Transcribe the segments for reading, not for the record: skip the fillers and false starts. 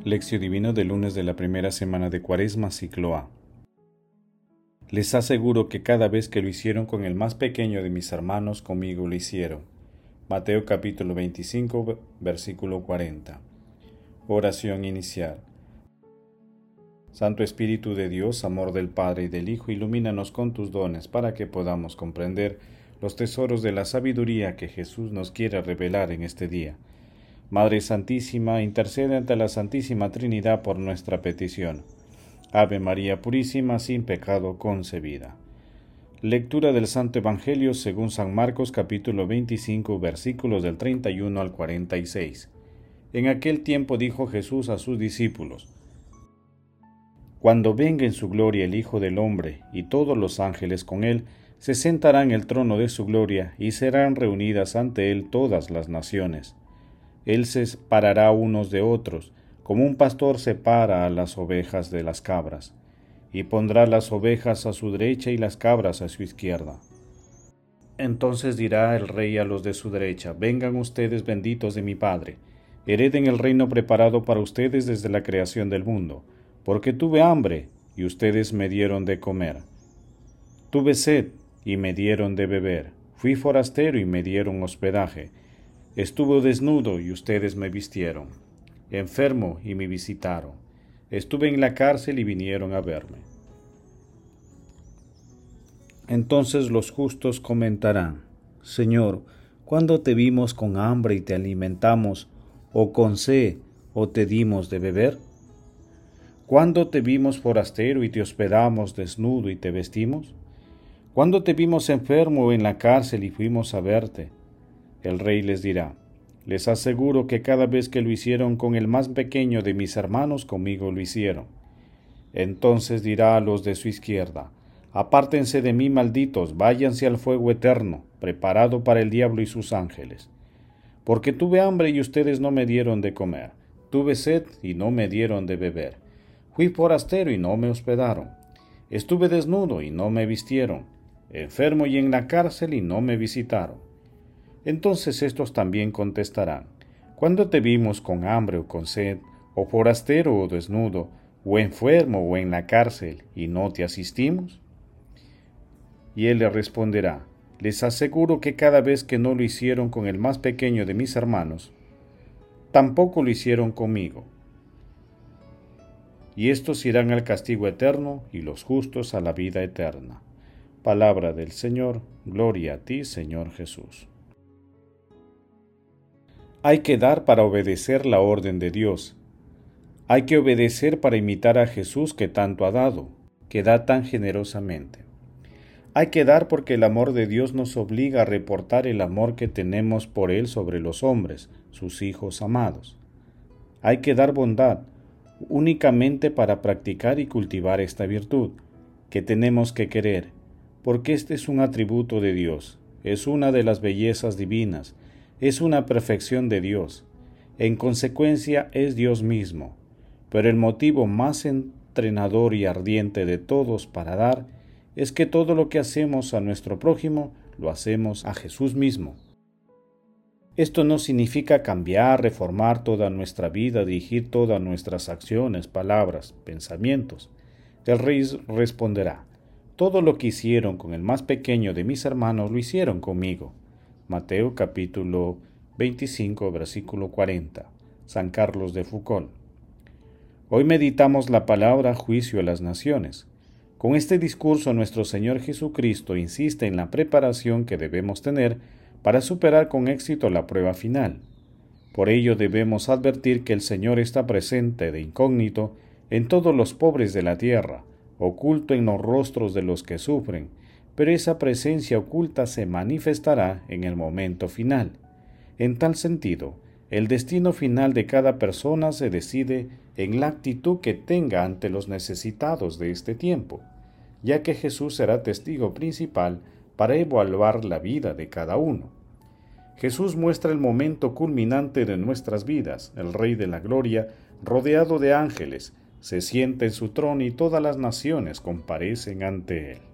Lección Divina del lunes de la primera semana de Cuaresma, ciclo A. Les aseguro que cada vez que lo hicieron con el más pequeño de mis hermanos, conmigo lo hicieron. Mateo capítulo 25, versículo 40. Oración inicial. Santo Espíritu de Dios, amor del Padre y del Hijo, ilumínanos con tus dones para que podamos comprender los tesoros de la sabiduría que Jesús nos quiere revelar en este día. Madre Santísima, intercede ante la Santísima Trinidad por nuestra petición. Ave María Purísima, sin pecado concebida. Lectura del Santo Evangelio según San Marcos capítulo 25, versículos del 31 al 46. En aquel tiempo dijo Jesús a sus discípulos: Cuando venga en su gloria el Hijo del Hombre y todos los ángeles con él, se sentará en el trono de su gloria y serán reunidas ante él todas las naciones. Él separará unos de otros, como un pastor separa a las ovejas de las cabras, y pondrá las ovejas a su derecha y las cabras a su izquierda. Entonces dirá el rey a los de su derecha: Vengan ustedes benditos de mi Padre, hereden el reino preparado para ustedes desde la creación del mundo, porque tuve hambre, y ustedes me dieron de comer. Tuve sed, y me dieron de beber. Fui forastero, y me dieron hospedaje. Estuve desnudo y ustedes me vistieron, enfermo y me visitaron. Estuve en la cárcel y vinieron a verme. Entonces los justos comentarán: Señor, ¿cuándo te vimos con hambre y te alimentamos, o con sed, o te dimos de beber? ¿Cuándo te vimos forastero y te hospedamos, desnudo y te vestimos? ¿Cuándo te vimos enfermo o en la cárcel y fuimos a verte? El rey les dirá: Les aseguro que cada vez que lo hicieron con el más pequeño de mis hermanos, conmigo lo hicieron. Entonces dirá a los de su izquierda: Apártense de mí, malditos, váyanse al fuego eterno, preparado para el diablo y sus ángeles. Porque tuve hambre y ustedes no me dieron de comer, tuve sed y no me dieron de beber, fui forastero y no me hospedaron, estuve desnudo y no me vistieron, enfermo y en la cárcel y no me visitaron. Entonces estos también contestarán: ¿Cuándo te vimos con hambre o con sed, o forastero o desnudo, o enfermo o en la cárcel, y no te asistimos? Y él le responderá: Les aseguro que cada vez que no lo hicieron con el más pequeño de mis hermanos, tampoco lo hicieron conmigo. Y estos irán al castigo eterno, y los justos a la vida eterna. Palabra del Señor. Gloria a ti, Señor Jesús. Hay que dar para obedecer la orden de Dios. Hay que obedecer para imitar a Jesús que tanto ha dado, que da tan generosamente. Hay que dar porque el amor de Dios nos obliga a reportar el amor que tenemos por Él sobre los hombres, sus hijos amados. Hay que dar bondad únicamente para practicar y cultivar esta virtud, que tenemos que querer, porque este es un atributo de Dios, es una de las bellezas divinas, es una perfección de Dios. En consecuencia es Dios mismo, pero el motivo más entrenador y ardiente de todos para dar es que todo lo que hacemos a nuestro prójimo lo hacemos a Jesús mismo. Esto no significa cambiar, reformar toda nuestra vida, dirigir todas nuestras acciones, palabras, pensamientos. El rey responderá: Todo lo que hicieron con el más pequeño de mis hermanos lo hicieron conmigo. Mateo capítulo 25, versículo 40. San Carlos de Foucauld. Hoy meditamos la palabra juicio a las naciones. Con este discurso nuestro Señor Jesucristo insiste en la preparación que debemos tener para superar con éxito la prueba final. Por ello debemos advertir que el Señor está presente de incógnito en todos los pobres de la tierra, oculto en los rostros de los que sufren, pero esa presencia oculta se manifestará en el momento final. En tal sentido, el destino final de cada persona se decide en la actitud que tenga ante los necesitados de este tiempo, ya que Jesús será testigo principal para evaluar la vida de cada uno. Jesús muestra el momento culminante de nuestras vidas. El Rey de la Gloria, rodeado de ángeles, se sienta en su trono y todas las naciones comparecen ante él.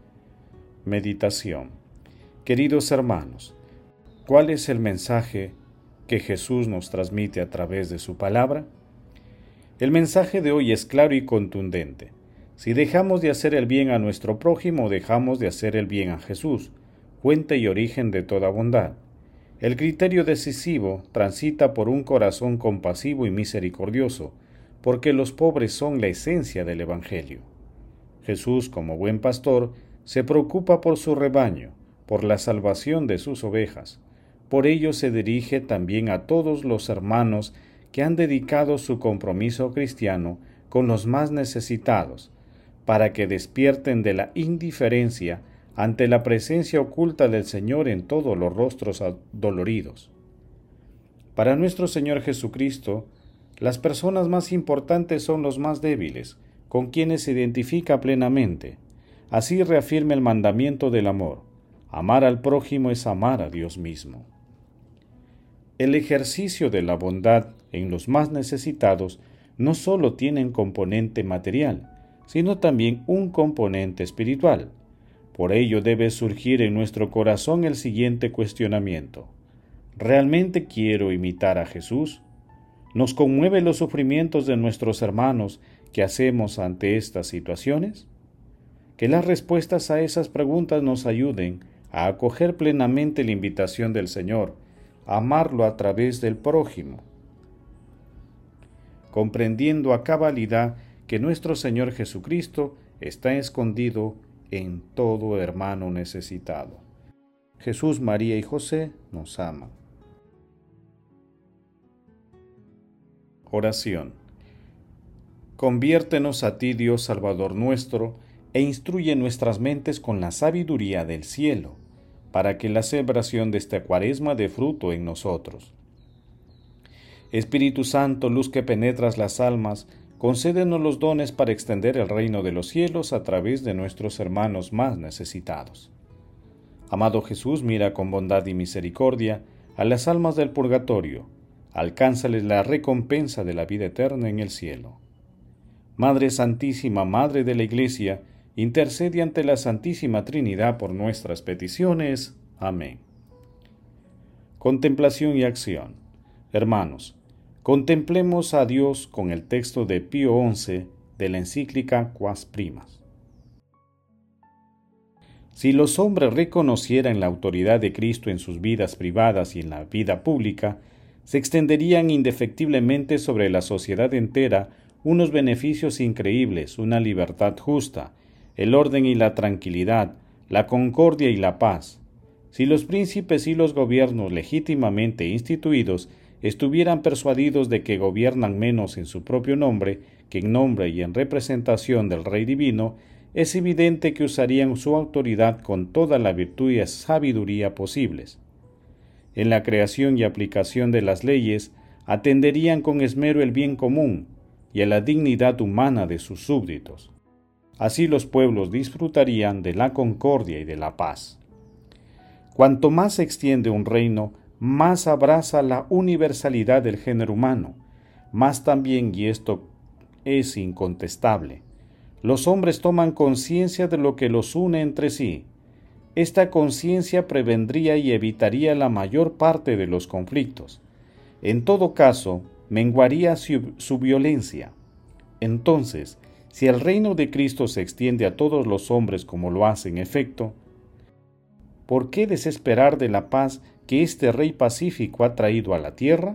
Meditación. Queridos hermanos, ¿cuál es el mensaje que Jesús nos transmite a través de su palabra? El mensaje de hoy es claro y contundente. Si dejamos de hacer el bien a nuestro prójimo, dejamos de hacer el bien a Jesús, fuente y origen de toda bondad. El criterio decisivo transita por un corazón compasivo y misericordioso, porque los pobres son la esencia del Evangelio. Jesús, como buen pastor, se preocupa por su rebaño, por la salvación de sus ovejas. Por ello se dirige también a todos los hermanos que han dedicado su compromiso cristiano con los más necesitados, para que despierten de la indiferencia ante la presencia oculta del Señor en todos los rostros doloridos. Para nuestro Señor Jesucristo, las personas más importantes son los más débiles, con quienes se identifica plenamente. Así reafirma el mandamiento del amor. Amar al prójimo es amar a Dios mismo. El ejercicio de la bondad en los más necesitados no solo tiene un componente material, sino también un componente espiritual. Por ello debe surgir en nuestro corazón el siguiente cuestionamiento. ¿Realmente quiero imitar a Jesús? ¿Nos conmueven los sufrimientos de nuestros hermanos que hacemos ante estas situaciones? Que las respuestas a esas preguntas nos ayuden a acoger plenamente la invitación del Señor, a amarlo a través del prójimo, comprendiendo a cabalidad que nuestro Señor Jesucristo está escondido en todo hermano necesitado. Jesús, María y José nos aman. Oración. Conviértenos a ti, Dios Salvador nuestro, e instruye nuestras mentes con la sabiduría del cielo, para que la celebración de esta Cuaresma dé fruto en nosotros. Espíritu Santo, luz que penetras las almas, concédenos los dones para extender el reino de los cielos a través de nuestros hermanos más necesitados. Amado Jesús, mira con bondad y misericordia a las almas del purgatorio, alcánzales la recompensa de la vida eterna en el cielo. Madre Santísima, Madre de la Iglesia, intercede ante la Santísima Trinidad por nuestras peticiones. Amén. Contemplación y acción. Hermanos, contemplemos a Dios con el texto de Pío XI de la encíclica Quas Primas. Si los hombres reconocieran la autoridad de Cristo en sus vidas privadas y en la vida pública, se extenderían indefectiblemente sobre la sociedad entera unos beneficios increíbles, una libertad justa, el orden y la tranquilidad, la concordia y la paz. Si los príncipes y los gobiernos legítimamente instituidos estuvieran persuadidos de que gobiernan menos en su propio nombre que en nombre y en representación del Rey Divino, es evidente que usarían su autoridad con toda la virtud y sabiduría posibles. En la creación y aplicación de las leyes, atenderían con esmero el bien común y a la dignidad humana de sus súbditos. Así los pueblos disfrutarían de la concordia y de la paz. Cuanto más se extiende un reino, más abraza la universalidad del género humano, más también, y esto es incontestable, los hombres toman conciencia de lo que los une entre sí. Esta conciencia prevendría y evitaría la mayor parte de los conflictos. En todo caso, menguaría su violencia. Entonces, si el reino de Cristo se extiende a todos los hombres como lo hace en efecto, ¿por qué desesperar de la paz que este Rey pacífico ha traído a la tierra?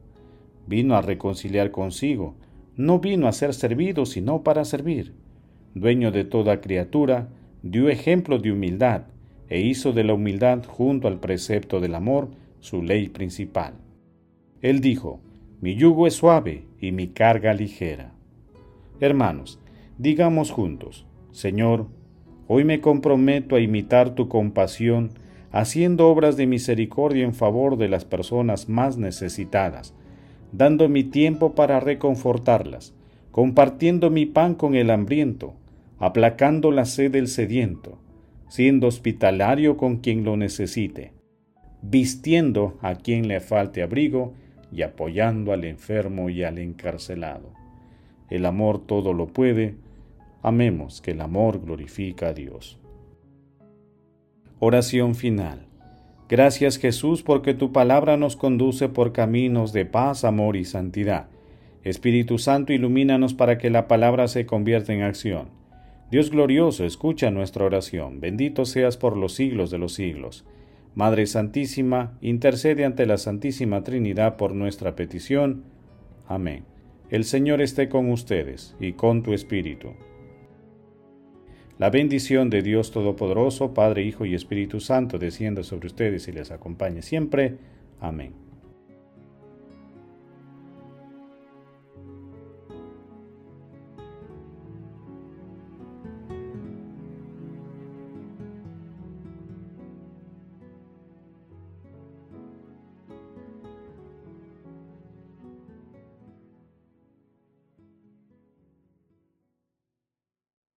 Vino a reconciliar consigo, no vino a ser servido, sino para servir. Dueño de toda criatura, dio ejemplo de humildad, e hizo de la humildad, junto al precepto del amor, su ley principal. Él dijo: mi yugo es suave y mi carga ligera. Hermanos, digamos juntos: Señor, hoy me comprometo a imitar tu compasión, haciendo obras de misericordia en favor de las personas más necesitadas, dando mi tiempo para reconfortarlas, compartiendo mi pan con el hambriento, aplacando la sed del sediento, siendo hospitalario con quien lo necesite, vistiendo a quien le falte abrigo y apoyando al enfermo y al encarcelado. El amor todo lo puede. Amemos, que el amor glorifica a Dios. Oración final. Gracias, Jesús, porque tu palabra nos conduce por caminos de paz, amor y santidad. Espíritu Santo, ilumínanos para que la palabra se convierta en acción. Dios glorioso, escucha nuestra oración. Bendito seas por los siglos de los siglos. Madre Santísima, intercede ante la Santísima Trinidad por nuestra petición. Amén. El Señor esté con ustedes y con tu espíritu. La bendición de Dios Todopoderoso, Padre, Hijo y Espíritu Santo, descienda sobre ustedes y les acompañe siempre. Amén.